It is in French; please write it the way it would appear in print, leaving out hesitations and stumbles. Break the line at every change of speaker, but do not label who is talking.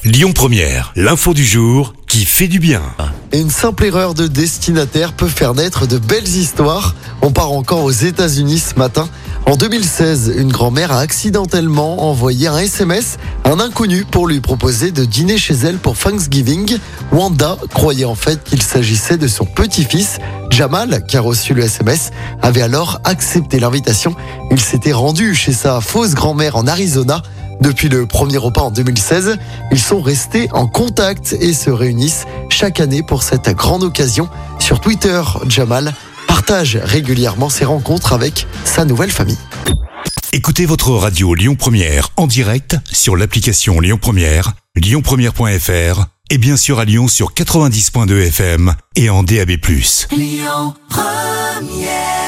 Lyon Première, l'info du jour qui fait du bien.
Une simple erreur de destinataire peut faire naître de belles histoires. On part encore aux États-Unis ce matin. En 2016, une grand-mère a accidentellement envoyé un SMS à un inconnu pour lui proposer de dîner chez elle pour Thanksgiving. Wanda croyait en fait qu'il s'agissait de son petit-fils. Jamal, qui a reçu le SMS, avait alors accepté l'invitation. Il s'était rendu chez sa fausse grand-mère en Arizona. Depuis le premier repas en 2016, ils sont restés en contact et se réunissent chaque année pour cette grande occasion. Sur Twitter, Jamal partage régulièrement ses rencontres avec sa nouvelle famille.
Écoutez votre radio Lyon Première en direct sur l'application Lyon Première, lyonpremière.fr et bien sûr à Lyon sur 90.2 FM et en DAB+.
Lyon Première.